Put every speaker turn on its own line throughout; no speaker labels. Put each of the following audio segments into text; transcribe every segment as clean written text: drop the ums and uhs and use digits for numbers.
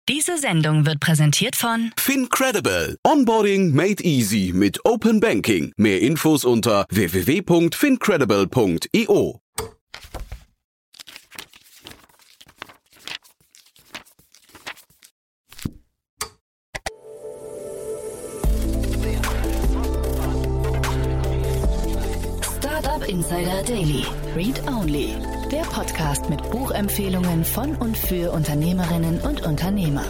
Diese Sendung wird präsentiert von
FinCredible. Onboarding made easy mit Open Banking. Mehr Infos unter www.fincredible.io.
Startup Insider Daily. Read Only. Der Podcast mit Buchempfehlungen von und für Unternehmerinnen und Unternehmer.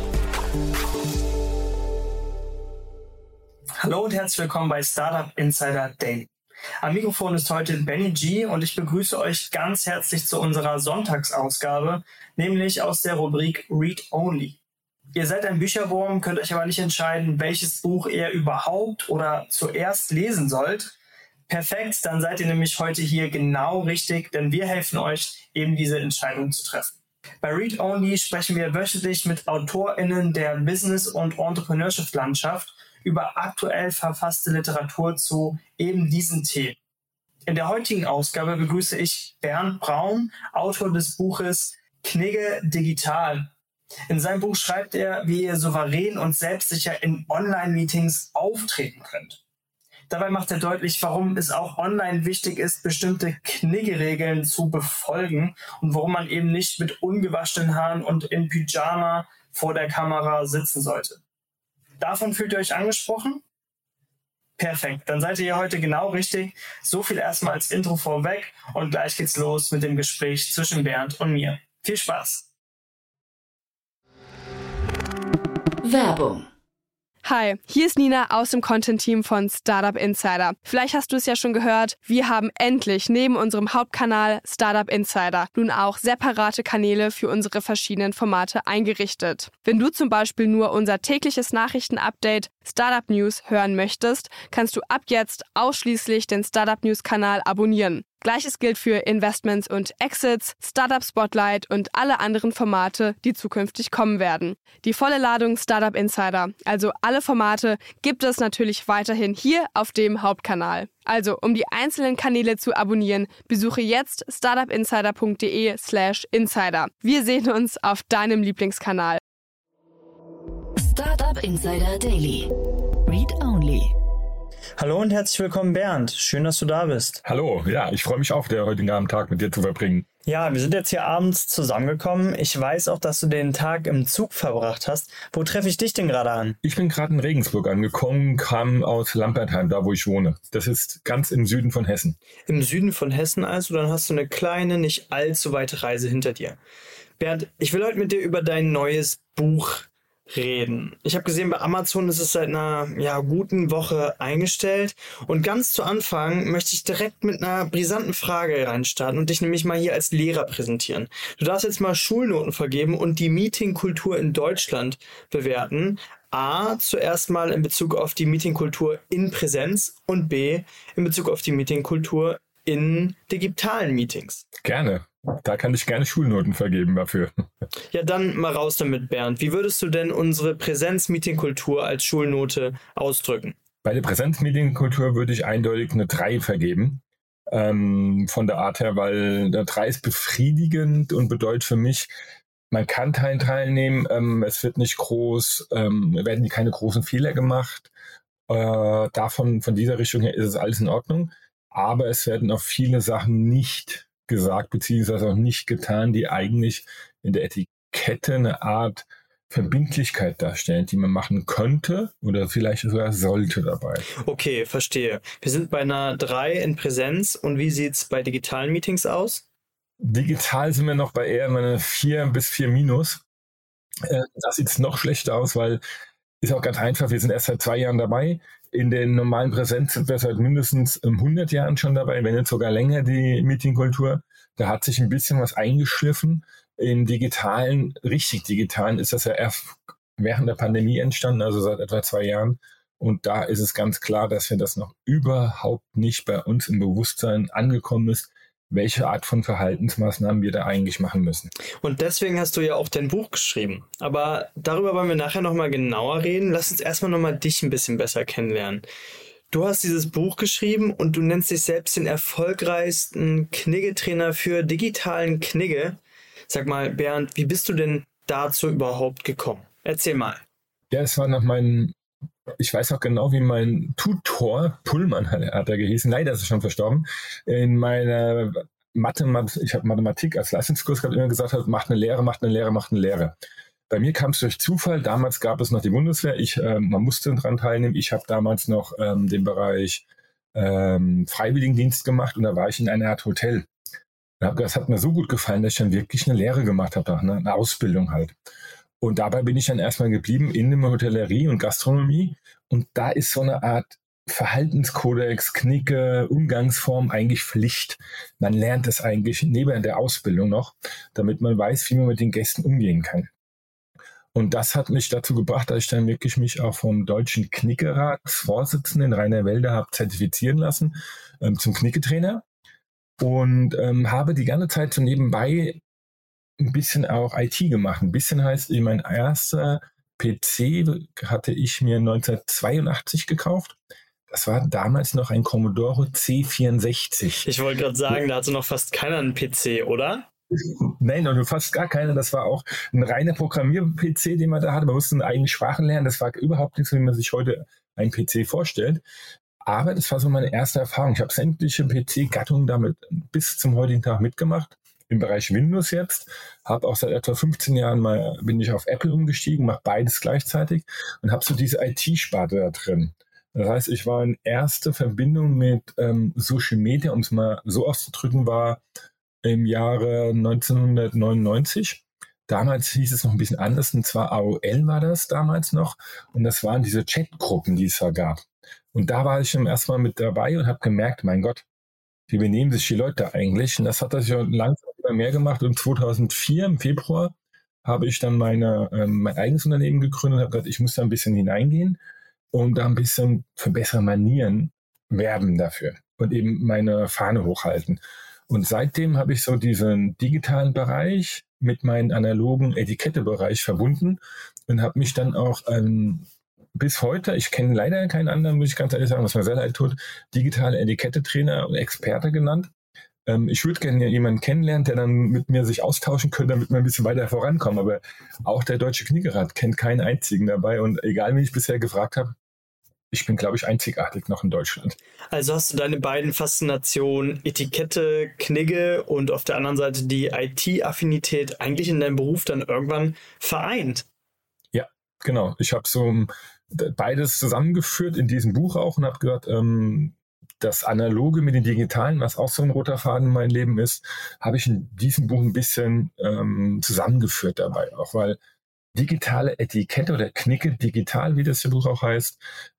Hallo und herzlich willkommen bei Startup Insider Daily. Am Mikrofon ist heute Benny G. und ich begrüße euch ganz herzlich zu unserer Sonntagsausgabe, nämlich aus der Rubrik Read Only. Ihr seid ein Bücherwurm, könnt euch aber nicht entscheiden, welches Buch ihr überhaupt oder zuerst lesen sollt. Perfekt, dann seid ihr nämlich heute hier genau richtig, denn wir helfen euch, eben diese Entscheidung zu treffen. Bei Read Only sprechen wir wöchentlich mit AutorInnen der Business- und Entrepreneurship-Landschaft über aktuell verfasste Literatur zu eben diesen Themen. In der heutigen Ausgabe begrüße ich Bernd Braun, Autor des Buches Knigge Digital. In seinem Buch schreibt er, wie ihr souverän und selbstsicher in Online-Meetings auftreten könnt. Dabei macht er deutlich, warum es auch online wichtig ist, bestimmte Knigge-Regeln zu befolgen und warum man eben nicht mit ungewaschenen Haaren und in Pyjama vor der Kamera sitzen sollte. Davon fühlt ihr euch angesprochen? Perfekt, dann seid ihr hier heute genau richtig. So viel erstmal als Intro vorweg und gleich geht's los mit dem Gespräch zwischen Bernd und mir. Viel Spaß!
Werbung.
Hi, hier ist Nina aus dem Content-Team von Startup Insider. Vielleicht hast du es ja schon gehört, wir haben endlich neben unserem Hauptkanal Startup Insider nun auch separate Kanäle für unsere verschiedenen Formate eingerichtet. Wenn du zum Beispiel nur unser tägliches Nachrichtenupdate Startup News hören möchtest, kannst du ab jetzt ausschließlich den Startup News-Kanal abonnieren. Gleiches gilt für Investments und Exits, Startup Spotlight und alle anderen Formate, die zukünftig kommen werden. Die volle Ladung Startup Insider, also alle Formate, gibt es natürlich weiterhin hier auf dem Hauptkanal. Also, um die einzelnen Kanäle zu abonnieren, besuche jetzt startupinsider.de/insider. Wir sehen uns auf deinem Lieblingskanal.
Startup Insider Daily. Read Only.
Hallo und herzlich willkommen, Bernd. Schön, dass du da bist.
Hallo, ja, ich freue mich auch, den heutigen Abend mit dir zu verbringen.
Ja, wir sind jetzt hier abends zusammengekommen. Ich weiß auch, dass du den Tag im Zug verbracht hast. Wo treffe ich dich denn gerade an?
Ich bin gerade in Regensburg angekommen, kam aus Lampertheim, da wo ich wohne. Das ist ganz im Süden von Hessen.
Im Süden von Hessen also, dann hast du eine kleine, nicht allzu weite Reise hinter dir. Bernd, ich will heute mit dir über dein neues Buch reden. Ich habe gesehen, bei Amazon ist es seit einer guten Woche eingestellt und ganz zu Anfang möchte ich direkt mit einer brisanten Frage reinstarten und dich nämlich mal hier als Lehrer präsentieren. Du darfst jetzt mal Schulnoten vergeben und die Meetingkultur in Deutschland bewerten. A, zuerst mal in Bezug auf die Meetingkultur in Präsenz und B, in Bezug auf die Meetingkultur in digitalen Meetings.
Gerne. Da kann ich gerne Schulnoten vergeben dafür.
Ja, dann mal raus damit, Bernd. Wie würdest du denn unsere Präsenz-Meeting-Kultur als Schulnote ausdrücken?
Bei der Präsenz-Meeting-Kultur würde ich eindeutig eine 3 vergeben. Von der Art her, weil eine 3 ist befriedigend und bedeutet für mich, man kann teilnehmen, es wird nicht groß, werden keine großen Fehler gemacht. Von dieser Richtung her ist es alles in Ordnung. Aber es werden auch viele Sachen nicht gesagt, beziehungsweise auch nicht getan, die eigentlich in der Etikette eine Art Verbindlichkeit darstellen, die man machen könnte oder vielleicht sogar sollte dabei.
Okay, verstehe. Wir sind bei einer 3 in Präsenz und wie sieht es bei digitalen Meetings aus?
Digital sind wir noch bei eher eine 4 bis 4 minus. Da sieht es noch schlechter aus, weil ist auch ganz einfach, wir sind erst seit 2 Jahren dabei. In den normalen Präsenz sind wir seit mindestens 100 Jahren schon dabei, wenn nicht sogar länger, die Meetingkultur. Da hat sich ein bisschen was eingeschliffen. In digitalen, richtig digitalen, ist das ja erst während der Pandemie entstanden, also seit etwa 2 Jahren. Und da ist es ganz klar, dass wir das noch überhaupt nicht bei uns im Bewusstsein angekommen ist, welche Art von Verhaltensmaßnahmen wir da eigentlich machen müssen.
Und deswegen hast du ja auch dein Buch geschrieben. Aber darüber wollen wir nachher nochmal genauer reden. Lass uns erstmal nochmal dich ein bisschen besser kennenlernen. Du hast dieses Buch geschrieben und du nennst dich selbst den erfolgreichsten Knigge-Trainer für digitalen Knigge. Sag mal, Bernd, wie bist du denn dazu überhaupt gekommen? Erzähl mal.
Ja, es war nach ich weiß auch genau, wie mein Tutor, Pullmann hat er gehießen, leider ist er schon verstorben, in meiner ich habe Mathematik als Leistungskurs gehabt, immer gesagt hat, macht eine Lehre, macht eine Lehre, macht eine Lehre. Bei mir kam es durch Zufall, damals gab es noch die Bundeswehr, man musste daran teilnehmen, ich habe damals noch den Bereich Freiwilligendienst gemacht und da war ich in einer Art Hotel. Das hat mir so gut gefallen, dass ich dann wirklich eine Lehre gemacht habe, eine Ausbildung halt. Und dabei bin ich dann erstmal geblieben in der Hotellerie und Gastronomie. Und da ist so eine Art Verhaltenskodex, Knigge, Umgangsform eigentlich Pflicht. Man lernt es eigentlich neben der Ausbildung noch, damit man weiß, wie man mit den Gästen umgehen kann. Und das hat mich dazu gebracht, dass ich dann wirklich mich auch vom Deutschen Knigge-Ratsvorsitzenden Rainer Welder habe zertifizieren lassen zum Knigge-Trainer. Und habe die ganze Zeit so nebenbei ein bisschen auch IT gemacht. Ein bisschen heißt, mein erster PC hatte ich mir 1982 gekauft. Das war damals noch ein Commodore C64.
Ich wollte gerade sagen, da hatte noch fast keiner einen PC, oder?
Nein, noch fast gar keiner. Das war auch ein reiner Programmier-PC, den man da hatte. Man musste eine eigene Sprache lernen. Das war überhaupt nichts, wie man sich heute einen PC vorstellt. Aber das war so meine erste Erfahrung. Ich habe sämtliche PC-Gattungen damit bis zum heutigen Tag mitgemacht. Im Bereich Windows jetzt, habe auch seit etwa 15 Jahren bin ich auf Apple umgestiegen, mache beides gleichzeitig und habe so diese IT-Sparte da drin. Das heißt, ich war in erster Verbindung mit Social Media, um es mal so auszudrücken, war im Jahre 1999. Damals hieß es noch ein bisschen anders, und zwar AOL war das damals noch und das waren diese Chatgruppen, die es da gab. Und da war ich zum ersten Mal mit dabei und habe gemerkt, mein Gott, wie benehmen sich die Leute eigentlich? Und das hat sich langsam immer mehr gemacht. Und 2004 im Februar habe ich dann mein eigenes Unternehmen gegründet und habe gesagt, ich muss da ein bisschen hineingehen und da ein bisschen für bessere Manieren werben dafür und eben meine Fahne hochhalten. Und seitdem habe ich so diesen digitalen Bereich mit meinem analogen Etikettebereich verbunden und habe mich dann auch bis heute, ich kenne leider keinen anderen, muss ich ganz ehrlich sagen, was mir sehr leid tut, digitale Etikette-Trainer und Experte genannt. Ich würde gerne jemanden kennenlernen, der dann mit mir sich austauschen könnte, damit wir ein bisschen weiter vorankommen. Aber auch der Deutsche Knigge-Rat kennt keinen einzigen dabei. Und egal, wie ich bisher gefragt habe, ich bin, glaube ich, einzigartig noch in Deutschland.
Also hast du deine beiden Faszinationen Etikette, Knigge und auf der anderen Seite die IT-Affinität eigentlich in deinem Beruf dann irgendwann vereint?
Ja, genau. Ich habe so beides zusammengeführt in diesem Buch auch und habe gesagt, das Analoge mit dem Digitalen, was auch so ein roter Faden in meinem Leben ist, habe ich in diesem Buch ein bisschen zusammengeführt dabei. Auch weil digitale Etikette oder Knigge digital, wie das Buch auch heißt,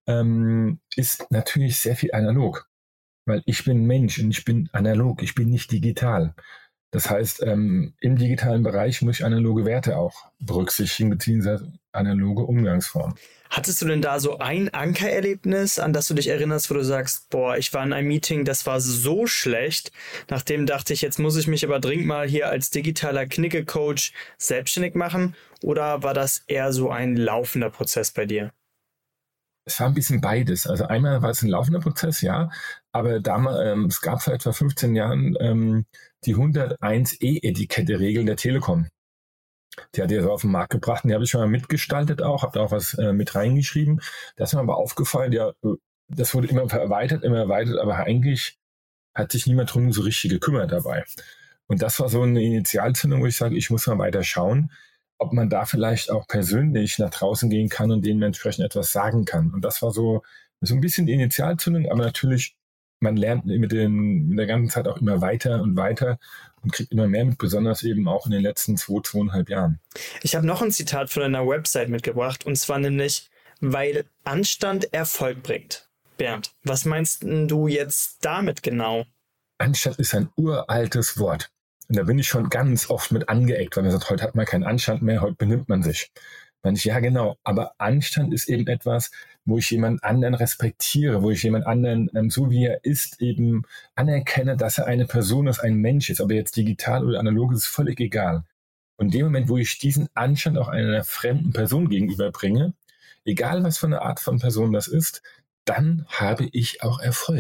ist natürlich sehr viel analog. Weil ich bin Mensch und ich bin analog, ich bin nicht digital. Das heißt, im digitalen Bereich muss ich analoge Werte auch berücksichtigen, beziehungsweise analoge Umgangsformen.
Hattest du denn da so ein Ankererlebnis, an das du dich erinnerst, wo du sagst, boah, ich war in einem Meeting, das war so schlecht, nachdem dachte ich, jetzt muss ich mich aber dringend mal hier als digitaler Knigge-Coach selbstständig machen? Oder war das eher so ein laufender Prozess bei dir?
Es war ein bisschen beides. Also einmal war es ein laufender Prozess, ja, aber damals, es gab vor etwa 15 Jahren die 101E-Etikette-Regeln der Telekom. Die hat er so auf den Markt gebracht und die habe ich schon mal mitgestaltet auch, habe da auch was mit reingeschrieben. Das ist mir aber aufgefallen, ja, das wurde immer erweitert, aber eigentlich hat sich niemand drum so richtig gekümmert dabei. Und das war so eine Initialzündung, wo ich sage, ich muss mal weiter schauen, ob man da vielleicht auch persönlich nach draußen gehen kann und denen entsprechend etwas sagen kann. Und das war so ein bisschen die Initialzündung, aber natürlich, man lernt mit der ganzen Zeit auch immer weiter und weiter und kriegt immer mehr mit, besonders eben auch in den letzten 2,5 Jahren.
Ich habe noch ein Zitat von deiner Website mitgebracht, und zwar nämlich, weil Anstand Erfolg bringt. Bernd, was meinst du jetzt damit genau?
Anstand ist ein uraltes Wort. Und da bin ich schon ganz oft mit angeeckt, weil man sagt, heute hat man keinen Anstand mehr, heute benimmt man sich. Ja, genau. Aber Anstand ist eben etwas, wo ich jemand anderen respektiere, wo ich jemand anderen, so wie er ist, eben anerkenne, dass er eine Person ist, ein Mensch ist. Ob er jetzt digital oder analog ist, völlig egal. Und in dem Moment, wo ich diesen Anstand auch einer fremden Person gegenüberbringe, egal was für eine Art von Person das ist, dann habe ich auch Erfolg.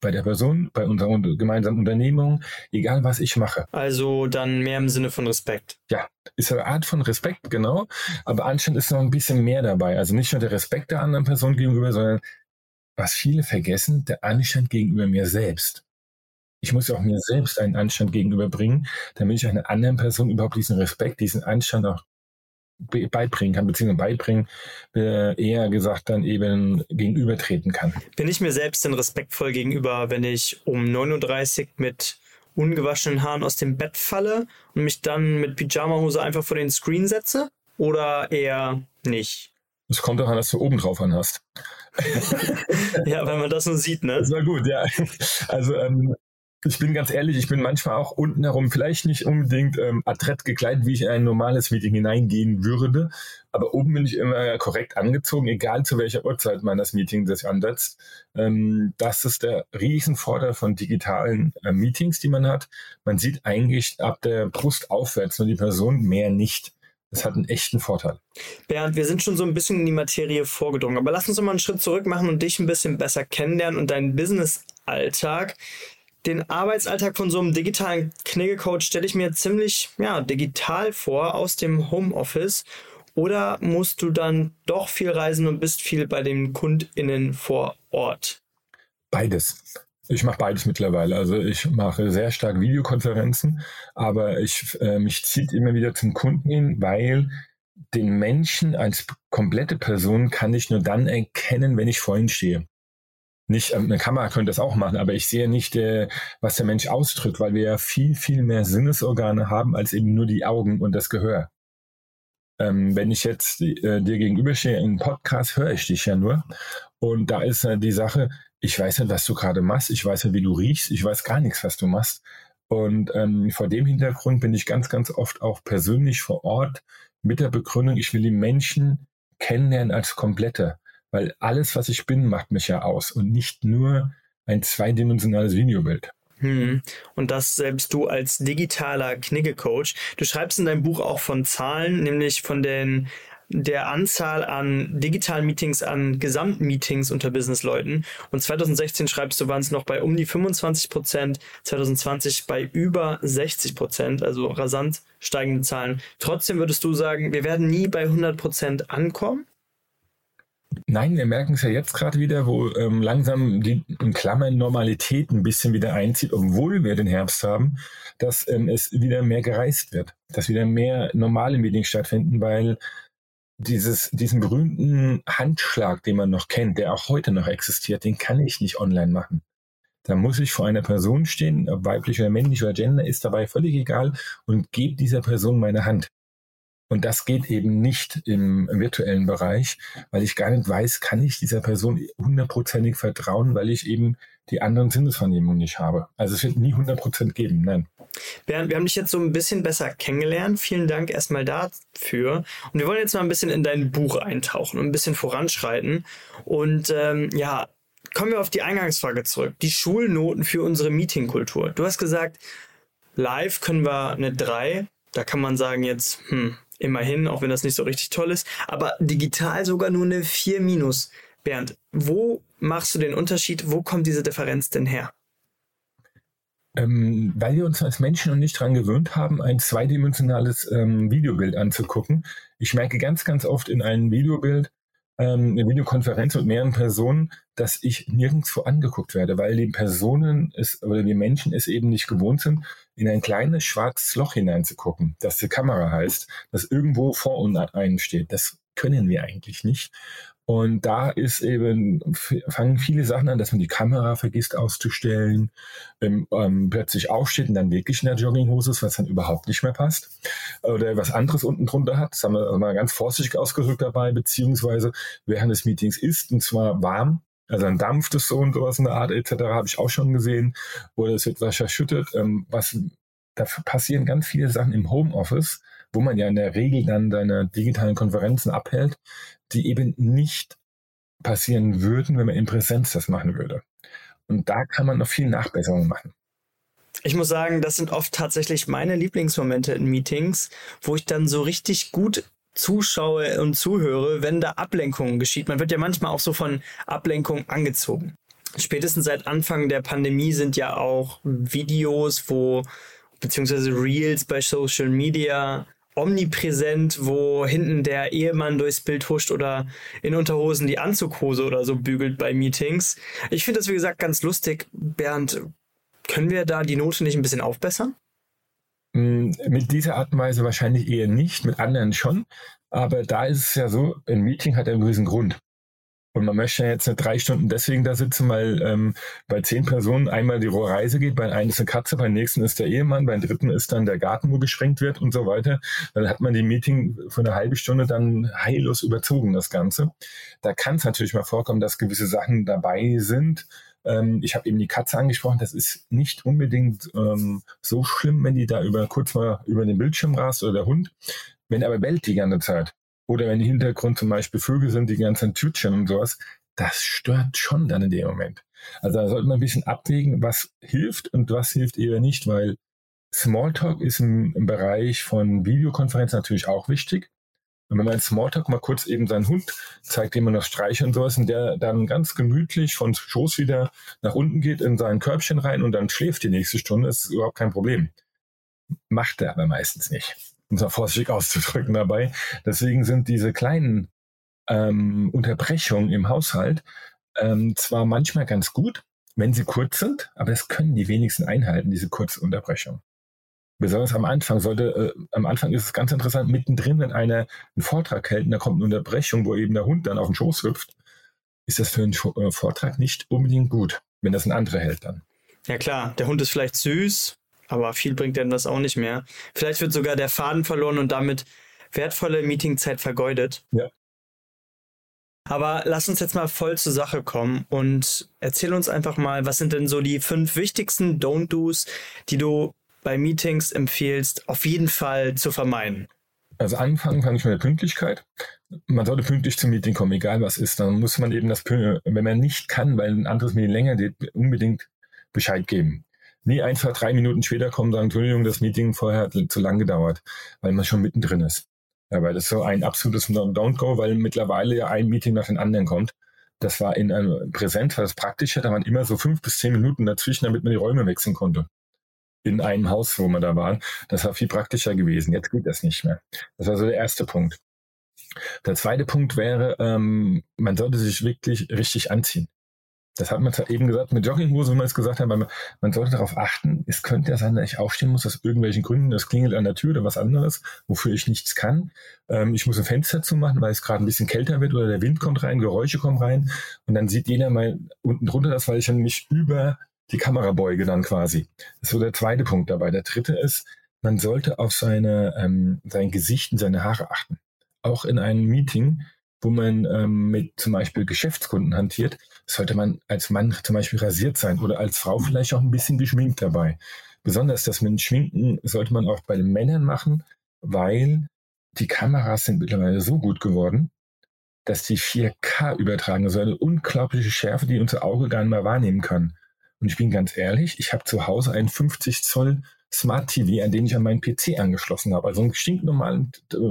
bei der Person, bei unserer gemeinsamen Unternehmung, egal was ich mache.
Also dann mehr im Sinne von Respekt.
Ja, ist eine Art von Respekt, genau. Aber Anstand ist noch ein bisschen mehr dabei. Also nicht nur der Respekt der anderen Person gegenüber, sondern was viele vergessen, der Anstand gegenüber mir selbst. Ich muss ja auch mir selbst einen Anstand gegenüberbringen, damit ich einer anderen Person überhaupt diesen Respekt, diesen Anstand auch beibringen kann, beziehungsweise beibringen, eher gesagt dann eben gegenübertreten kann.
Bin ich mir selbst denn respektvoll gegenüber, wenn ich um 9.30 Uhr mit ungewaschenen Haaren aus dem Bett falle und mich dann mit Pyjamahose einfach vor den Screen setze? Oder eher nicht?
Es kommt doch an, dass du oben drauf an hast.
Ja, weil man das nur sieht, ne?
Das war gut, ja. Also ich bin ganz ehrlich, ich bin manchmal auch unten herum vielleicht nicht unbedingt adrett gekleidet, wie ich in ein normales Meeting hineingehen würde, aber oben bin ich immer korrekt angezogen, egal zu welcher Uhrzeit man das Meeting sich ansetzt. Das ist der Riesenvorteil von digitalen Meetings, die man hat. Man sieht eigentlich ab der Brust aufwärts nur die Person, mehr nicht. Das hat einen echten Vorteil.
Bernd, wir sind schon so ein bisschen in die Materie vorgedrungen, aber lass uns noch mal einen Schritt zurück machen und dich ein bisschen besser kennenlernen und deinen Business-Alltag. Den Arbeitsalltag von so einem digitalen Knigge-Coach stelle ich mir ziemlich digital vor, aus dem Homeoffice. Oder musst du dann doch viel reisen und bist viel bei den KundInnen vor Ort?
Beides. Ich mache beides mittlerweile. Also ich mache sehr stark Videokonferenzen, aber mich zieht immer wieder zum Kunden hin, weil den Menschen als komplette Person kann ich nur dann erkennen, wenn ich vor ihm stehe. Nicht, eine Kamera könnte das auch machen, aber ich sehe nicht, was der Mensch ausdrückt, weil wir ja viel, viel mehr Sinnesorgane haben als eben nur die Augen und das Gehör. Wenn ich jetzt dir gegenüberstehe in einem Podcast, höre ich dich ja nur. Und da ist die Sache, ich weiß nicht, was du gerade machst, ich weiß nicht, wie du riechst, ich weiß gar nichts, was du machst. Und vor dem Hintergrund bin ich ganz, ganz oft auch persönlich vor Ort mit der Begründung, ich will die Menschen kennenlernen als Komplette. Weil alles, was ich bin, macht mich ja aus und nicht nur ein zweidimensionales Videobild.
Und das selbst du als digitaler Knigge-Coach. Du schreibst in deinem Buch auch von Zahlen, nämlich von der Anzahl an digitalen Meetings, an Gesamtmeetings unter Businessleuten. Und 2016 schreibst du, waren es noch bei um die 25%, 2020 bei über 60%, also rasant steigende Zahlen. Trotzdem würdest du sagen, wir werden nie bei 100% ankommen?
Nein, wir merken es ja jetzt gerade wieder, wo langsam die in Klammern Normalität ein bisschen wieder einzieht, obwohl wir den Herbst haben, dass es wieder mehr gereist wird, dass wieder mehr normale Meetings stattfinden, weil diesen berühmten Handschlag, den man noch kennt, der auch heute noch existiert, den kann ich nicht online machen. Da muss ich vor einer Person stehen, ob weiblich oder männlich oder Gender, ist dabei völlig egal, und gebe dieser Person meine Hand. Und das geht eben nicht im virtuellen Bereich, weil ich gar nicht weiß, kann ich dieser Person 100%ig vertrauen, weil ich eben die anderen Sinneswahrnehmungen nicht habe. Also es wird nie 100% geben, nein.
Bernd, wir haben dich jetzt so ein bisschen besser kennengelernt. Vielen Dank erstmal dafür. Und wir wollen jetzt mal ein bisschen in dein Buch eintauchen und ein bisschen voranschreiten. Und kommen wir auf die Eingangsfrage zurück. Die Schulnoten für unsere Meetingkultur. Du hast gesagt, live können wir eine 3. Da kann man sagen jetzt, immerhin, auch wenn das nicht so richtig toll ist. Aber digital sogar nur eine 4-. Bernd, wo machst du den Unterschied? Wo kommt diese Differenz denn her?
Weil wir uns als Menschen noch nicht daran gewöhnt haben, ein zweidimensionales Videobild anzugucken. Ich merke ganz, ganz oft in einem Videobild, eine Videokonferenz mit mehreren Personen, dass ich nirgendwo angeguckt werde, weil die die Menschen es eben nicht gewohnt sind, in ein kleines schwarzes Loch hineinzugucken, das die Kamera heißt, das irgendwo vor uns einsteht. Das können wir eigentlich nicht. Und da fangen viele Sachen an, dass man die Kamera vergisst auszustellen, plötzlich aufsteht und dann wirklich in der Jogginghose ist, was dann überhaupt nicht mehr passt. Oder was anderes unten drunter hat. Das haben wir mal ganz vorsichtig ausgedrückt dabei, beziehungsweise während des Meetings ist, und zwar warm. Also dann dampft es so und sowas in der Art etc. habe ich auch schon gesehen. Oder es wird was verschüttet. Da passieren ganz viele Sachen im Homeoffice, wo man ja in der Regel dann seine digitalen Konferenzen abhält, die eben nicht passieren würden, wenn man in Präsenz das machen würde. Und da kann man noch viel Nachbesserungen machen.
Ich muss sagen, das sind oft tatsächlich meine Lieblingsmomente in Meetings, wo ich dann so richtig gut zuschaue und zuhöre, wenn da Ablenkung geschieht. Man wird ja manchmal auch so von Ablenkung angezogen. spätestens seit Anfang der Pandemie sind ja auch Videos, beziehungsweise Reels bei Social Media omnipräsent, wo hinten der Ehemann durchs Bild huscht oder in Unterhosen die Anzughose oder so bügelt bei Meetings. Ich finde das, wie gesagt, ganz lustig. Bernd, können wir da die Note nicht ein bisschen aufbessern?
Mit dieser Art und Weise wahrscheinlich eher nicht, mit anderen schon. Aber da ist es ja so, ein Meeting hat einen gewissen Grund. Und man möchte ja jetzt nicht 3 Stunden deswegen da sitzen, weil bei 10 Personen einmal die Reise geht, bei einem ist eine Katze, beim nächsten ist der Ehemann, beim dritten ist dann der Garten, wo gesprengt wird und so weiter. Dann hat man die Meeting für eine halbe Stunde dann heillos überzogen, das Ganze. Da kann es natürlich mal vorkommen, dass gewisse Sachen dabei sind. Ich habe eben die Katze angesprochen, das ist nicht unbedingt so schlimm, wenn die da kurz mal über den Bildschirm rast oder der Hund. Wenn aber bellt die ganze Zeit. Oder wenn im Hintergrund zum Beispiel Vögel sind, die ganzen Tütchen und sowas, das stört schon dann in dem Moment. Also da sollte man ein bisschen abwägen, was hilft und was hilft eher nicht, weil Smalltalk ist im Bereich von Videokonferenzen natürlich auch wichtig. Und wenn man in Smalltalk mal kurz eben seinen Hund zeigt, dem man das streichelt und sowas, und der dann ganz gemütlich von Schoß wieder nach unten geht in sein Körbchen rein und dann schläft die nächste Stunde, ist überhaupt kein Problem. Macht er aber meistens nicht. Um es mal vorsichtig auszudrücken dabei. Deswegen sind diese kleinen Unterbrechungen im Haushalt zwar manchmal ganz gut, wenn sie kurz sind, aber das können die wenigsten einhalten, diese kurze Unterbrechung. Besonders am Anfang ist es ganz interessant, mittendrin, wenn einer einen Vortrag hält und da kommt eine Unterbrechung, wo eben der Hund dann auf den Schoß hüpft, ist das für einen Vortrag nicht unbedingt gut, wenn das ein anderer hält dann.
Ja klar, der Hund ist vielleicht süß, aber viel bringt denn das auch nicht mehr. Vielleicht wird sogar der Faden verloren und damit wertvolle Meetingzeit vergeudet.
Ja.
Aber lass uns jetzt mal voll zur Sache kommen und erzähl uns einfach mal, was sind denn so die 5 wichtigsten Don't-Dos, die du bei Meetings empfiehlst, auf jeden Fall zu vermeiden?
Also fange ich mit der Pünktlichkeit. Man sollte pünktlich zum Meeting kommen, egal was ist. Dann muss man eben wenn man nicht kann, weil ein anderes Meeting länger geht, unbedingt Bescheid geben. Nie einfach 3 Minuten später kommen und sagen, Entschuldigung, das Meeting vorher hat zu lang gedauert, weil man schon mittendrin ist. Ja, weil das ist so ein absolutes Don't-Go, weil mittlerweile ja ein Meeting nach dem anderen kommt. Das war in einem Präsenz, war das praktischer, da waren immer so 5 bis 10 Minuten dazwischen, damit man die Räume wechseln konnte. In einem Haus, wo wir da waren. Das war viel praktischer gewesen. Jetzt geht das nicht mehr. Das war so der erste Punkt. Der zweite Punkt wäre, man sollte sich wirklich richtig anziehen. Das hat man zwar eben gesagt mit Jogginghose, wie man es gesagt hat, aber man sollte darauf achten, es könnte ja sein, dass ich aufstehen muss aus irgendwelchen Gründen, es klingelt an der Tür oder was anderes, wofür ich nichts kann. Ich muss ein Fenster zumachen, weil es gerade ein bisschen kälter wird oder der Wind kommt rein, Geräusche kommen rein und dann sieht jeder mal unten drunter das, weil ich dann mich über die Kamera beuge dann quasi. Das ist so der zweite Punkt dabei. Der dritte ist, man sollte auf sein Gesicht und seine Haare achten. Auch in einem Meeting, wo man mit zum Beispiel Geschäftskunden hantiert, sollte man als Mann zum Beispiel rasiert sein oder als Frau vielleicht auch ein bisschen geschminkt dabei. Besonders das mit dem Schminken sollte man auch bei den Männern machen, weil die Kameras sind mittlerweile so gut geworden, dass die 4K übertragen, also eine unglaubliche Schärfe, die unser Auge gar nicht mehr wahrnehmen kann. Und ich bin ganz ehrlich, ich habe zu Hause einen 50 Zoll Smart TV, an den ich an meinen PC angeschlossen habe. Also einen stinknormalen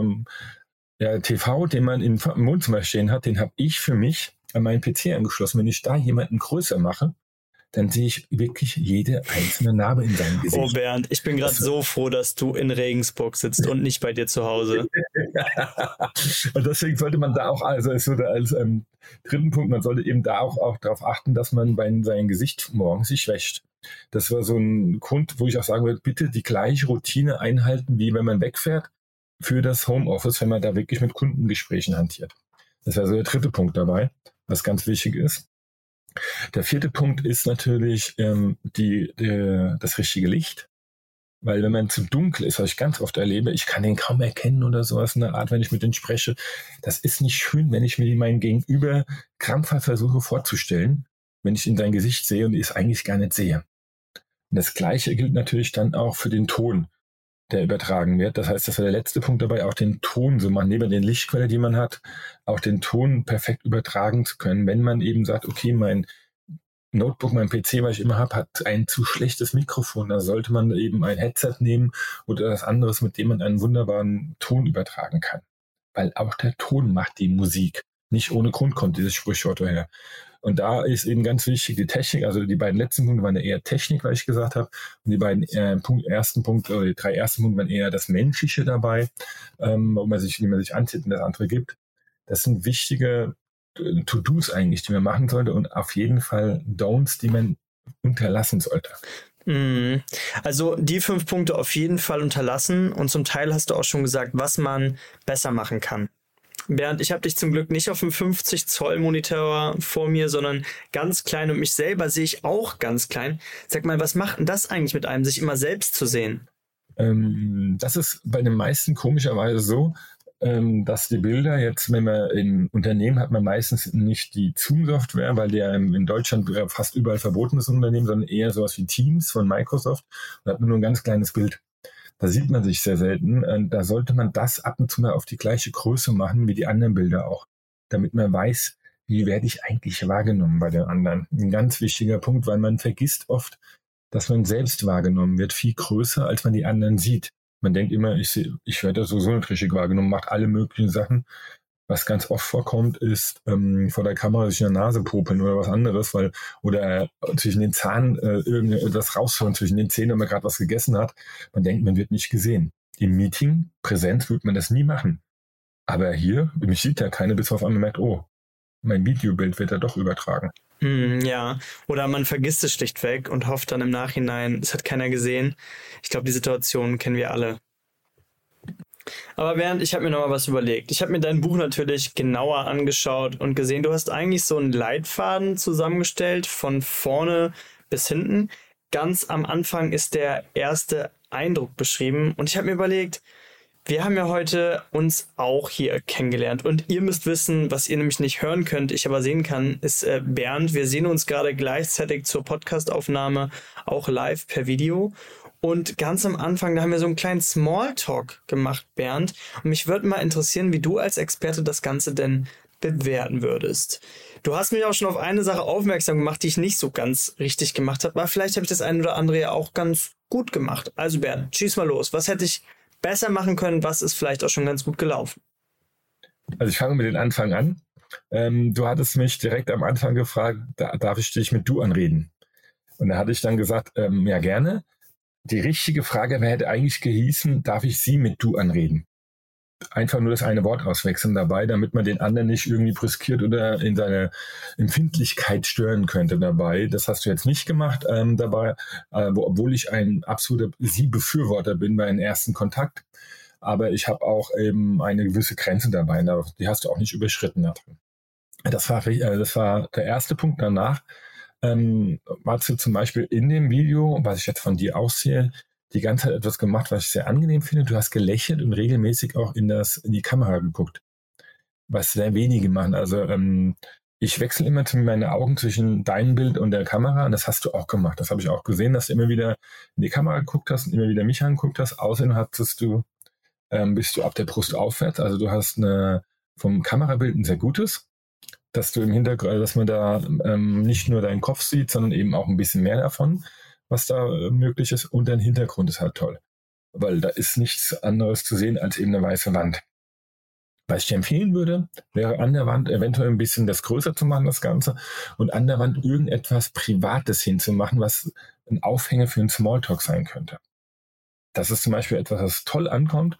TV, den man im Wohnzimmer stehen hat, den habe ich für mich an meinen PC angeschlossen. Wenn ich da jemanden größer mache, dann sehe ich wirklich jede einzelne Narbe in seinem Gesicht.
Oh Bernd, ich bin gerade so froh, dass du in Regensburg sitzt und nicht bei dir zu Hause.
Und deswegen sollte man da auch, also es würde als dritten Punkt, man sollte eben da auch darauf achten, dass man bei seinem Gesicht morgens sich wäscht. Das war so ein Grund, wo ich auch sagen würde, bitte die gleiche Routine einhalten, wie wenn man wegfährt für das Homeoffice, wenn man da wirklich mit Kundengesprächen hantiert. Das wäre so der dritte Punkt dabei, was ganz wichtig ist. Der vierte Punkt ist natürlich das richtige Licht. Weil wenn man zu dunkel ist, was ich ganz oft erlebe, ich kann den kaum erkennen oder sowas in der Art, wenn ich mit denen spreche. Das ist nicht schön, wenn ich mir meinen Gegenüber krampfhaft versuche vorzustellen, wenn ich in sein Gesicht sehe und es eigentlich gar nicht sehe. Und das Gleiche gilt natürlich dann auch für den Ton, der übertragen wird. Das heißt, das war der letzte Punkt dabei, auch den Ton so machen, neben den Lichtquelle, die man hat, auch den Ton perfekt übertragen zu können. Wenn man eben sagt, okay, mein Notebook, mein PC, was ich immer habe, hat ein zu schlechtes Mikrofon, da sollte man eben ein Headset nehmen oder etwas anderes, mit dem man einen wunderbaren Ton übertragen kann. Weil auch der Ton macht die Musik. Nicht ohne Grund kommt dieses Sprichwort her. Und da ist eben ganz wichtig die Technik, also die beiden letzten Punkte waren eher Technik, was ich gesagt habe. Und die beiden ersten Punkte, oder die 3 ersten Punkte waren eher das Menschliche dabei, wie man sich anzieht und das andere gibt. Das sind wichtige To-Dos eigentlich, die man machen sollte und auf jeden Fall Don'ts, die man unterlassen sollte.
Also die 5 Punkte auf jeden Fall unterlassen und zum Teil hast du auch schon gesagt, was man besser machen kann. Bernd, ich habe dich zum Glück nicht auf dem 50-Zoll-Monitor vor mir, sondern ganz klein und mich selber sehe ich auch ganz klein. Sag mal, was macht denn das eigentlich mit einem, sich immer selbst zu sehen?
Das ist bei den meisten komischerweise so, dass die Bilder jetzt, wenn man im Unternehmen hat man meistens nicht die Zoom-Software, weil der in Deutschland fast überall verboten ist im Unternehmen, sondern eher sowas wie Teams von Microsoft. Da hat man nur ein ganz kleines Bild. Da sieht man sich sehr selten. Da sollte man das ab und zu mal auf die gleiche Größe machen wie die anderen Bilder auch, damit man weiß, wie werde ich eigentlich wahrgenommen bei den anderen. Ein ganz wichtiger Punkt, weil man vergisst oft, dass man selbst wahrgenommen wird, viel größer, als man die anderen sieht. Man denkt immer, ich werde sowieso nicht richtig wahrgenommen, macht alle möglichen Sachen. Was ganz oft vorkommt, ist vor der Kamera sich in der Nase popeln oder was anderes, oder zwischen den Zahnen irgendwas rausholen, zwischen den Zähnen, wenn man gerade was gegessen hat. Man denkt, man wird nicht gesehen. Im Meeting, Präsenz, würde man das nie machen. Aber hier, mich sieht ja keiner, bis auf einmal merkt, oh, mein Videobild wird da doch übertragen.
Ja, oder man vergisst es schlichtweg und hofft dann im Nachhinein, es hat keiner gesehen. Ich glaube, die Situation kennen wir alle. Aber Bernd, ich habe mir noch mal was überlegt. Ich habe mir dein Buch natürlich genauer angeschaut und gesehen, du hast eigentlich so einen Leitfaden zusammengestellt, von vorne bis hinten. Ganz am Anfang ist der erste Eindruck beschrieben und ich habe mir überlegt, wir haben ja heute uns auch hier kennengelernt und ihr müsst wissen, was ihr nämlich nicht hören könnt, ich aber sehen kann, ist Bernd. Wir sehen uns gerade gleichzeitig zur Podcastaufnahme auch live per Video. Und ganz am Anfang, da haben wir so einen kleinen Smalltalk gemacht, Bernd. Und mich würde mal interessieren, wie du als Experte das Ganze denn bewerten würdest. Du hast mich auch schon auf eine Sache aufmerksam gemacht, die ich nicht so ganz richtig gemacht habe. Aber vielleicht habe ich das eine oder andere ja auch ganz gut gemacht. Also Bernd, schieß mal los. Was hätte ich besser machen können? Was ist vielleicht auch schon ganz gut gelaufen?
Also ich fange mit dem Anfang an. Du hattest mich direkt am Anfang gefragt, darf ich dich mit du anreden? Und da hatte ich dann gesagt, ja gerne. Die richtige Frage hätte eigentlich gehießen, darf ich Sie mit du anreden? Einfach nur das eine Wort auswechseln dabei, damit man den anderen nicht irgendwie brüskiert oder in seiner Empfindlichkeit stören könnte dabei. Das hast du jetzt nicht gemacht dabei, obwohl ich ein absoluter Sie-Befürworter bin bei einem ersten Kontakt. Aber ich habe auch eben eine gewisse Grenze dabei, die hast du auch nicht überschritten da drin. Das war der erste Punkt. Danach hast du zum Beispiel in dem Video, was ich jetzt von dir aussehe, die ganze Zeit etwas gemacht, was ich sehr angenehm finde. Du hast gelächelt und regelmäßig auch in die Kamera geguckt, was sehr wenige machen. Also ich wechsle immer meine Augen zwischen deinem Bild und der Kamera und das hast du auch gemacht. Das habe ich auch gesehen, dass du immer wieder in die Kamera geguckt hast und immer wieder mich angeguckt hast. Außerdem bist du ab der Brust aufwärts. Also du hast vom Kamerabild ein sehr gutes, dass du im Hintergrund, dass man da nicht nur deinen Kopf sieht, sondern eben auch ein bisschen mehr davon, was da möglich ist. Und dein Hintergrund ist halt toll, weil da ist nichts anderes zu sehen als eben eine weiße Wand. Was ich dir empfehlen würde, wäre an der Wand eventuell ein bisschen das größer zu machen, das Ganze, und an der Wand irgendetwas Privates hinzumachen, was ein Aufhänger für einen Smalltalk sein könnte. Das ist zum Beispiel etwas, was toll ankommt.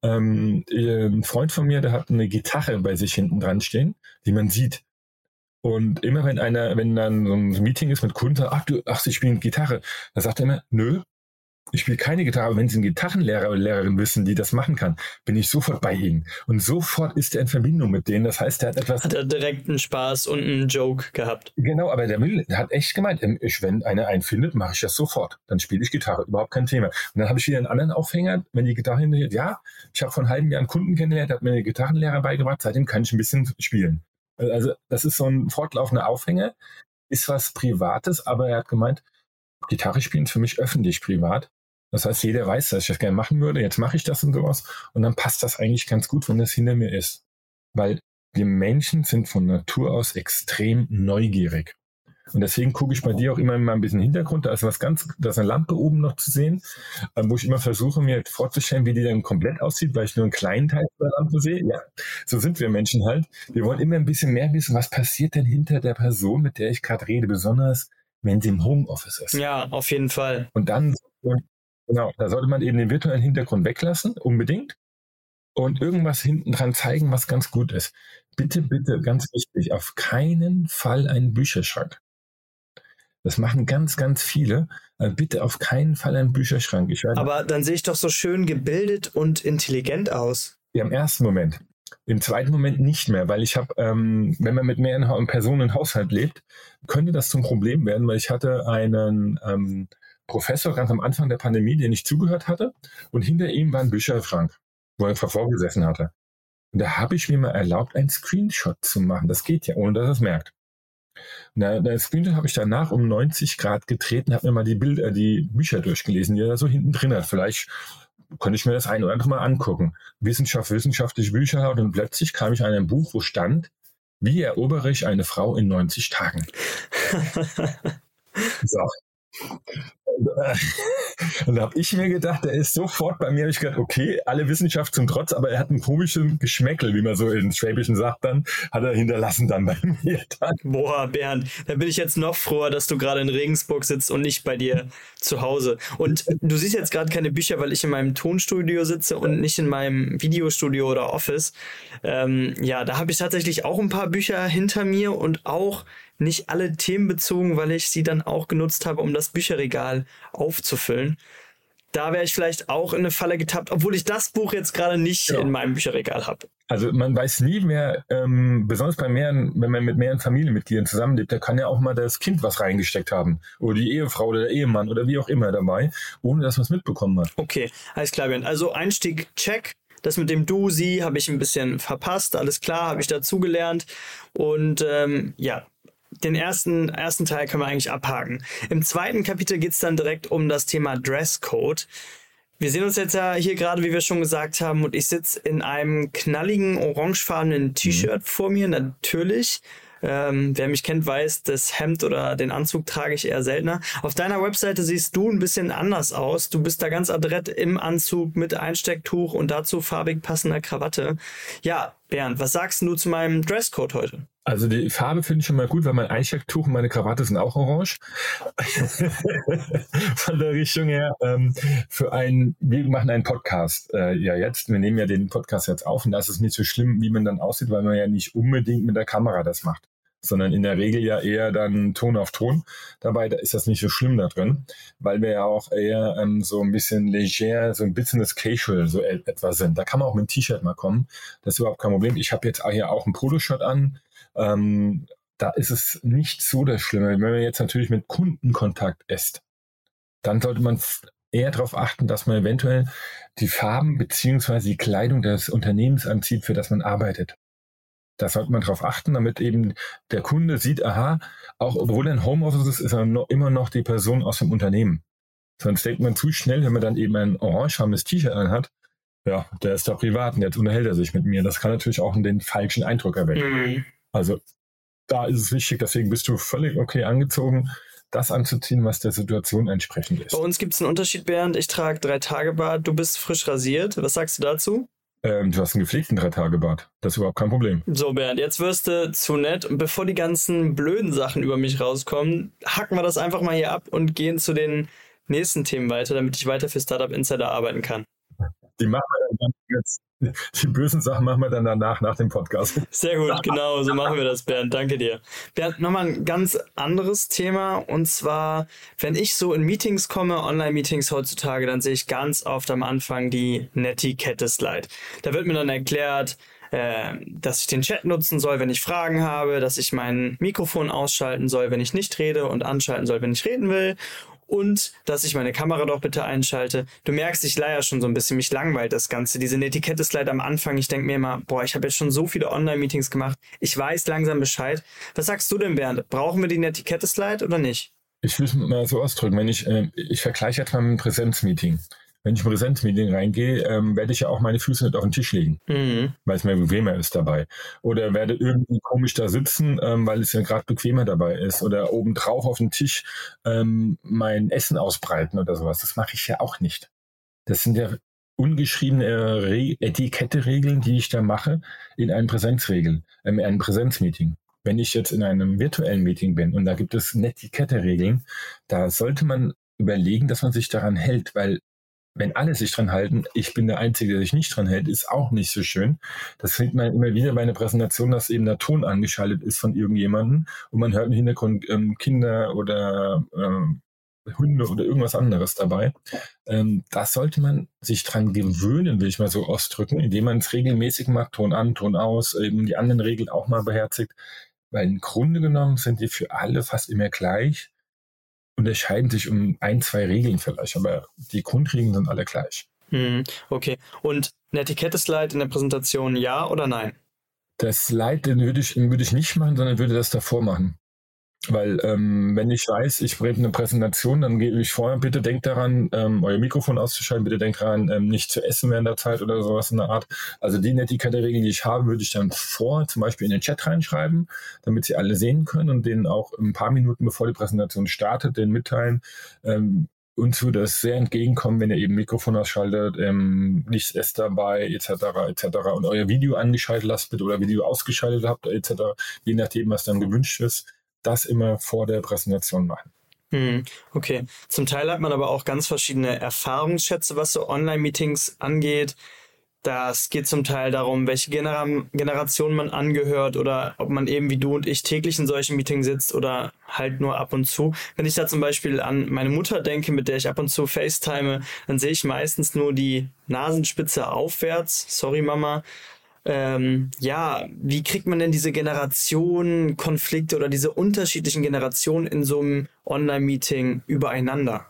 Ein Freund von mir, der hat eine Gitarre bei sich hinten dran stehen, die man sieht. Und immer wenn dann so ein Meeting ist mit Kunden, sie spielen Gitarre, dann sagt er immer, nö, ich spiele keine Gitarre. Aber wenn Sie einen Gitarrenlehrer oder Lehrerin wissen, die das machen kann, bin ich sofort bei Ihnen. Und sofort ist er in Verbindung mit denen. Das heißt, hat
er direkt einen Spaß und einen Joke gehabt.
Genau, aber der hat echt gemeint, wenn einer einen findet, mache ich das sofort. Dann spiele ich Gitarre, überhaupt kein Thema. Und dann habe ich wieder einen anderen Aufhänger, wenn die Gitarre hinterher, ja, ich habe vor einem halben Jahr einen Kunden kennengelernt, der hat mir einen Gitarrenlehrer beigebracht, seitdem kann ich ein bisschen spielen. Also das ist so ein fortlaufender Aufhänger, ist was Privates, aber er hat gemeint, Gitarre spielen ist für mich öffentlich privat. Das heißt, jeder weiß, dass ich das gerne machen würde. Jetzt mache ich das und sowas. Und dann passt das eigentlich ganz gut, wenn das hinter mir ist. Weil wir Menschen sind von Natur aus extrem neugierig. Und deswegen gucke ich bei dir auch immer mal ein bisschen Hintergrund. Da ist da ist eine Lampe oben noch zu sehen, wo ich immer versuche, mir vorzustellen, wie die dann komplett aussieht, weil ich nur einen kleinen Teil der Lampe sehe. Ja, so sind wir Menschen halt. Wir wollen immer ein bisschen mehr wissen, was passiert denn hinter der Person, mit der ich gerade rede, besonders wenn sie im Homeoffice ist.
Ja, auf jeden Fall.
Und dann, genau, da sollte man eben den virtuellen Hintergrund weglassen, unbedingt. Und irgendwas hinten dran zeigen, was ganz gut ist. Bitte, bitte, ganz wichtig, auf keinen Fall einen Bücherschrank. Das machen ganz, ganz viele. Also bitte auf keinen Fall einen Bücherschrank.
Aber dann sehe ich doch so schön gebildet und intelligent aus.
Ja, im ersten Moment. Im zweiten Moment nicht mehr, weil ich habe, wenn man mit mehreren Personen im Haushalt lebt, könnte das zum Problem werden, weil ich hatte einen Professor ganz am Anfang der Pandemie, der nicht zugehört hatte, und hinter ihm war ein Bücherschrank, wo er vorgesessen hatte. Und da habe ich mir mal erlaubt, einen Screenshot zu machen. Das geht ja, ohne dass er es merkt. Und der Screenshot habe ich danach um 90 Grad getreten, habe mir mal die Bücher durchgelesen, die er da so hinten drin hat. Vielleicht konnte ich mir das ein oder andere mal angucken. Wissenschaftliche Bücher laut, und plötzlich kam ich an ein Buch, wo stand, wie erobere ich eine Frau in 90 Tagen. So. Und da habe ich mir gedacht, der ist sofort bei mir, habe ich gedacht, okay, alle Wissenschaft zum Trotz, aber er hat einen komischen Geschmäckel, wie man so in Schwäbischen sagt, dann hat er hinterlassen dann bei mir. Dann.
Boah, Bernd, da bin ich jetzt noch froher, dass du gerade in Regensburg sitzt und nicht bei dir zu Hause. Und du siehst jetzt gerade keine Bücher, weil ich in meinem Tonstudio sitze und nicht in meinem Videostudio oder Office. Ja, da habe ich tatsächlich auch ein paar Bücher hinter mir und auch nicht alle themenbezogen, weil ich sie dann auch genutzt habe, um das Bücherregal aufzufüllen. Da wäre ich vielleicht auch in eine Falle getappt, obwohl ich das Buch jetzt gerade nicht in meinem Bücherregal habe.
Also man weiß nie mehr, besonders wenn man mit mehreren Familienmitgliedern zusammenlebt, da kann ja auch mal das Kind was reingesteckt haben. Oder die Ehefrau oder der Ehemann oder wie auch immer dabei, ohne dass man es mitbekommen hat.
Okay, alles klar, Bernd. Also Einstieg, check. Das mit dem Du, Sie habe ich ein bisschen verpasst. Alles klar, habe ich dazugelernt. Und ja, den ersten Teil können wir eigentlich abhaken. Im zweiten Kapitel geht es dann direkt um das Thema Dresscode. Wir sehen uns jetzt ja hier gerade, wie wir schon gesagt haben, und ich sitze in einem knalligen, orangefarbenen T-Shirt vor mir, natürlich. Wer mich kennt, weiß, das Hemd oder den Anzug trage ich eher seltener. Auf deiner Webseite siehst du ein bisschen anders aus. Du bist da ganz adrett im Anzug mit Einstecktuch und dazu farbig passender Krawatte. Ja, Bernd, was sagst du zu meinem Dresscode heute?
Also die Farbe finde ich schon mal gut, weil mein Einstecktuch und meine Krawatte sind auch orange. Von der Richtung her. Wir machen einen Podcast jetzt. Wir nehmen ja den Podcast jetzt auf, und da ist es nicht so schlimm, wie man dann aussieht, weil man ja nicht unbedingt mit der Kamera das macht, sondern in der Regel ja eher dann Ton auf Ton. Dabei, da ist das nicht so schlimm da drin, weil wir ja auch eher so ein bisschen leger, so ein Business Casual so etwas sind. Da kann man auch mit einem T-Shirt mal kommen. Das ist überhaupt kein Problem. Ich habe jetzt hier auch ein Poloshirt an. Da ist es nicht so das Schlimme. Wenn man jetzt natürlich mit Kundenkontakt ist, dann sollte man eher darauf achten, dass man eventuell die Farben bzw. die Kleidung des Unternehmens anzieht, für das man arbeitet. Da sollte man darauf achten, damit eben der Kunde sieht, aha, auch obwohl er ein Homeoffice ist, ist er immer noch die Person aus dem Unternehmen. Sonst denkt man zu schnell, wenn man dann eben ein orangefarbenes T-Shirt anhat, ja, der ist da privat und jetzt unterhält er sich mit mir. Das kann natürlich auch den falschen Eindruck erwecken. Also da ist es wichtig, deswegen bist du völlig okay angezogen, das anzuziehen, was der Situation entsprechend ist.
Bei uns gibt es einen Unterschied, Bernd. Ich trage 3-Tage-Bart, du bist frisch rasiert. Was sagst du dazu?
Du hast einen gepflegten 3-Tage-Bart. Das ist überhaupt kein Problem.
So, Bernd, jetzt wirst du zu nett. Und bevor die ganzen blöden Sachen über mich rauskommen, hacken wir das einfach mal hier ab und gehen zu den nächsten Themen weiter, damit ich weiter für Startup Insider arbeiten kann.
Die machen wir dann jetzt. Die bösen Sachen machen wir dann danach, nach dem Podcast.
Sehr gut, genau, so machen wir das, Bernd. Danke dir. Bernd, nochmal ein ganz anderes Thema. Und zwar, wenn ich so in Meetings komme, Online-Meetings heutzutage, dann sehe ich ganz oft am Anfang die Netiquette-Slide. Da wird mir dann erklärt, dass ich den Chat nutzen soll, wenn ich Fragen habe, dass ich mein Mikrofon ausschalten soll, wenn ich nicht rede, und anschalten soll, wenn ich reden will. Und dass ich meine Kamera doch bitte einschalte. Du merkst, ich leier schon so ein bisschen, mich langweilt das Ganze. Diese Netiquette-Slide am Anfang, ich denke mir immer, boah, ich habe jetzt schon so viele Online-Meetings gemacht, ich weiß langsam Bescheid. Was sagst du denn, Bernd? Brauchen wir die Netiquette-Slide oder nicht?
Ich will es mal so ausdrücken, wenn ich vergleiche jetzt mal mit einem Präsenzmeeting. Wenn ich im Präsenzmeeting reingehe, werde ich ja auch meine Füße nicht auf den Tisch legen, weil es mir bequemer ist dabei. Oder werde irgendwie komisch da sitzen, weil es ja gerade bequemer dabei ist. Oder obendrauf auf dem Tisch mein Essen ausbreiten oder sowas. Das mache ich ja auch nicht. Das sind ja ungeschriebene Etikette-Regeln, die ich da mache in einem Präsenzmeeting. Wenn ich jetzt in einem virtuellen Meeting bin und da gibt es Netiquette-Regeln, da sollte man überlegen, dass man sich daran hält, weil wenn alle sich dran halten, ich bin der Einzige, der sich nicht dran hält, ist auch nicht so schön. Das sieht man immer wieder bei einer Präsentation, dass eben der Ton angeschaltet ist von irgendjemandem und man hört im Hintergrund Kinder oder Hunde oder irgendwas anderes dabei. Da sollte man sich dran gewöhnen, will ich mal so ausdrücken, indem man es regelmäßig macht, Ton an, Ton aus, eben die anderen Regeln auch mal beherzigt. Weil im Grunde genommen sind die für alle fast immer gleich, unterscheiden sich um 1, 2 Regeln vielleicht, aber die Grundregeln sind alle gleich.
Okay, und ein Etikette-Slide in der Präsentation, ja oder nein?
Das Slide, den würde ich nicht machen, sondern würde das davor machen. Weil wenn ich weiß, ich bringe eine Präsentation, dann gebe ich vorher, bitte denkt daran, euer Mikrofon auszuschalten, bitte denkt daran, nicht zu essen während der Zeit oder sowas in der Art. Also die Netiquette-Regeln, die ich habe, würde ich dann zum Beispiel in den Chat reinschreiben, damit sie alle sehen können und denen auch ein paar Minuten, bevor die Präsentation startet, denen mitteilen. Uns würde es sehr entgegenkommen, wenn ihr eben Mikrofon ausschaltet, nichts esst dabei, etc. und euer Video angeschaltet lasst bitte oder Video ausgeschaltet habt, etc. Je nachdem, was dann gewünscht ist. Das immer vor der Präsentation machen.
Okay. Zum Teil hat man aber auch ganz verschiedene Erfahrungsschätze, was so Online-Meetings angeht. Das geht zum Teil darum, welche Generation man angehört oder ob man eben wie du und ich täglich in solchen Meetings sitzt oder halt nur ab und zu. Wenn ich da zum Beispiel an meine Mutter denke, mit der ich ab und zu FaceTime, dann sehe ich meistens nur die Nasenspitze aufwärts. Sorry, Mama. Wie kriegt man denn diese Generationenkonflikte oder diese unterschiedlichen Generationen in so einem Online-Meeting übereinander?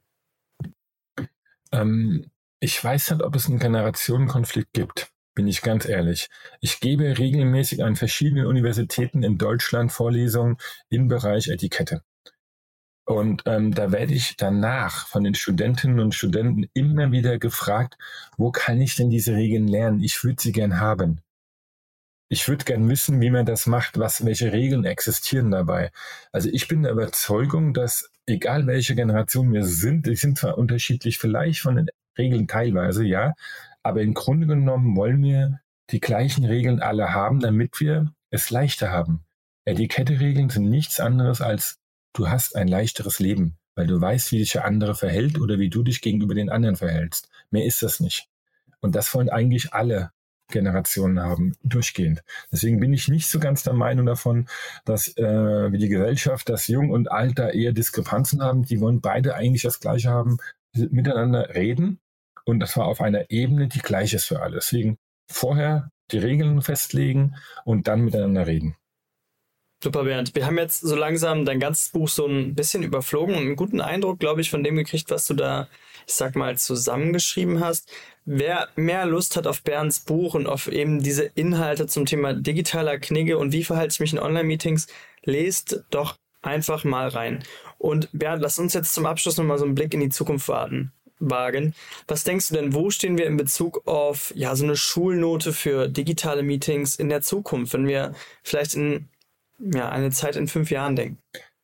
Ich weiß nicht, ob es einen Generationenkonflikt gibt, bin ich ganz ehrlich. Ich gebe regelmäßig an verschiedenen Universitäten in Deutschland Vorlesungen im Bereich Etikette. Und da werde ich danach von den Studentinnen und Studenten immer wieder gefragt, wo kann ich denn diese Regeln lernen? Ich würde sie gern haben. Ich würde gern wissen, wie man das macht, welche Regeln existieren dabei. Also ich bin der Überzeugung, dass egal welche Generation wir sind, die sind zwar unterschiedlich vielleicht von den Regeln teilweise, ja, aber im Grunde genommen wollen wir die gleichen Regeln alle haben, damit wir es leichter haben. Etikette-Regeln sind nichts anderes als du hast ein leichteres Leben, weil du weißt, wie sich der andere verhält oder wie du dich gegenüber den anderen verhältst. Mehr ist das nicht. Und das wollen eigentlich alle Generationen haben, durchgehend. Deswegen bin ich nicht so ganz der Meinung davon, dass wie die Gesellschaft, dass Jung und Alt da eher Diskrepanzen haben. Die wollen beide eigentlich das Gleiche haben, miteinander reden und das war auf einer Ebene, die gleich ist für alle. Deswegen vorher die Regeln festlegen und dann miteinander reden.
Super, Bernd. Wir haben jetzt so langsam dein ganzes Buch so ein bisschen überflogen und einen guten Eindruck, glaube ich, von dem gekriegt, was du da, ich sag mal, zusammengeschrieben hast. Wer mehr Lust hat auf Bernds Buch und auf eben diese Inhalte zum Thema digitaler Knigge und wie verhalte ich mich in Online-Meetings, lest doch einfach mal rein. Und Bernd, lass uns jetzt zum Abschluss nochmal so einen Blick in die Zukunft wagen. Was denkst du denn, wo stehen wir in Bezug auf so eine Schulnote für digitale Meetings in der Zukunft, wenn wir vielleicht in eine Zeit in 5 Jahren denken?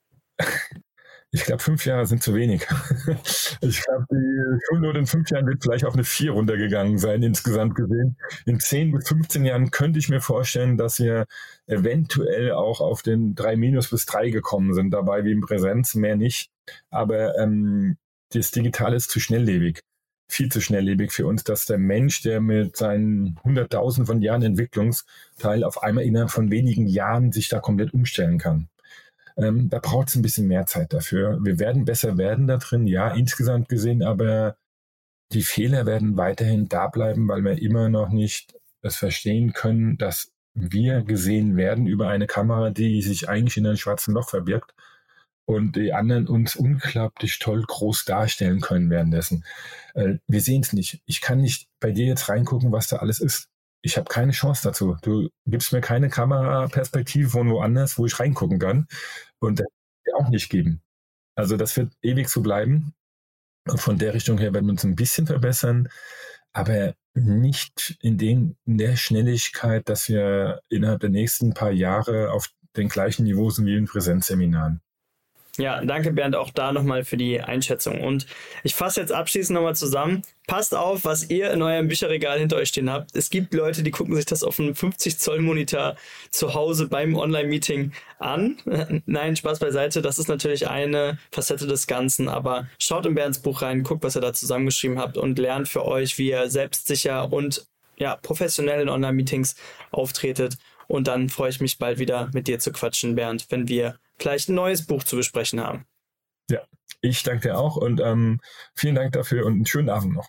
Ich glaube, 5 Jahre sind zu wenig. Ich glaube, die Schulnote in 5 Jahren wird vielleicht auf eine 4 runtergegangen sein, insgesamt gesehen. In 10 bis 15 Jahren könnte ich mir vorstellen, dass wir eventuell auch auf den 3- bis 3 gekommen sind, dabei wie in Präsenz, mehr nicht. Aber das Digitale ist zu schnelllebig. Viel zu schnelllebig für uns, dass der Mensch, der mit seinen 100.000 von Jahren Entwicklungsteil auf einmal innerhalb von wenigen Jahren sich da komplett umstellen kann. Da braucht es ein bisschen mehr Zeit dafür. Wir werden besser werden da drin, ja, insgesamt gesehen, aber die Fehler werden weiterhin da bleiben, weil wir immer noch nicht das verstehen können, dass wir gesehen werden über eine Kamera, die sich eigentlich in einem schwarzen Loch verbirgt und die anderen uns unglaublich toll groß darstellen können währenddessen. Wir sehen es nicht. Ich kann nicht bei dir jetzt reingucken, was da alles ist. Ich habe keine Chance dazu. Du gibst mir keine Kameraperspektive von woanders, wo ich reingucken kann. Und das wird auch nicht geben. Also das wird ewig so bleiben. Und von der Richtung her werden wir uns ein bisschen verbessern, aber nicht in der Schnelligkeit, dass wir innerhalb der nächsten paar Jahre auf den gleichen Niveau sind wie in Präsenzseminaren.
Ja, danke Bernd auch da nochmal für die Einschätzung. Und ich fasse jetzt abschließend nochmal zusammen. Passt auf, was ihr in eurem Bücherregal hinter euch stehen habt. Es gibt Leute, die gucken sich das auf einem 50-Zoll-Monitor zu Hause beim Online-Meeting an. Nein, Spaß beiseite. Das ist natürlich eine Facette des Ganzen. Aber schaut in Bernds Buch rein, guckt, was ihr da zusammengeschrieben habt und lernt für euch, wie ihr selbstsicher und professionell in Online-Meetings auftretet. Und dann freue ich mich bald wieder mit dir zu quatschen, Bernd, wenn wir vielleicht ein neues Buch zu besprechen haben.
Ja, ich danke dir auch und vielen Dank dafür und einen schönen Abend noch.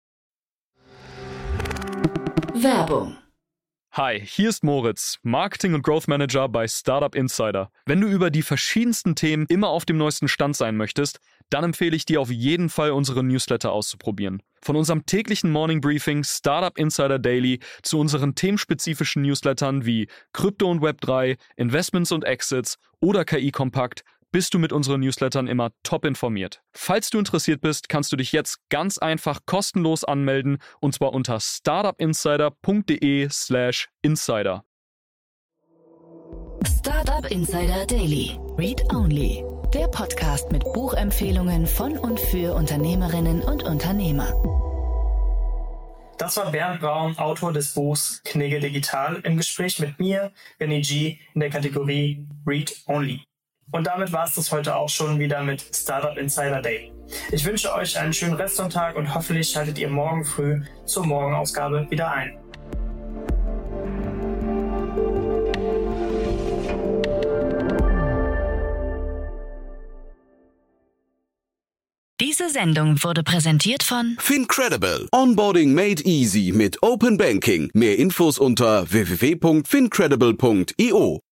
Werbung.
Hi, hier ist Moritz, Marketing- und Growth Manager bei Startup Insider. Wenn du über die verschiedensten Themen immer auf dem neuesten Stand sein möchtest, dann empfehle ich dir auf jeden Fall, unsere Newsletter auszuprobieren. Von unserem täglichen Morning Briefing Startup Insider Daily zu unseren themenspezifischen Newslettern wie Krypto und Web3, Investments und Exits oder KI Kompakt, bist du mit unseren Newslettern immer top informiert. Falls du interessiert bist, kannst du dich jetzt ganz einfach kostenlos anmelden und zwar unter startupinsider.de/insider.
Startup Insider Daily. Read Only. Der Podcast mit Buchempfehlungen von und für Unternehmerinnen und Unternehmer.
Das war Bernd Braun, Autor des Buchs Knigge Digital, im Gespräch mit mir, Benny G, in der Kategorie Read Only. Und damit war es das heute auch schon wieder mit Startup Insider Daily. Ich wünsche euch einen schönen Restsonntag und hoffentlich schaltet ihr morgen früh zur Morgenausgabe wieder ein.
Diese Sendung wurde präsentiert von
Fincredible. Onboarding made easy mit Open Banking. Mehr Infos unter www.fincredible.io.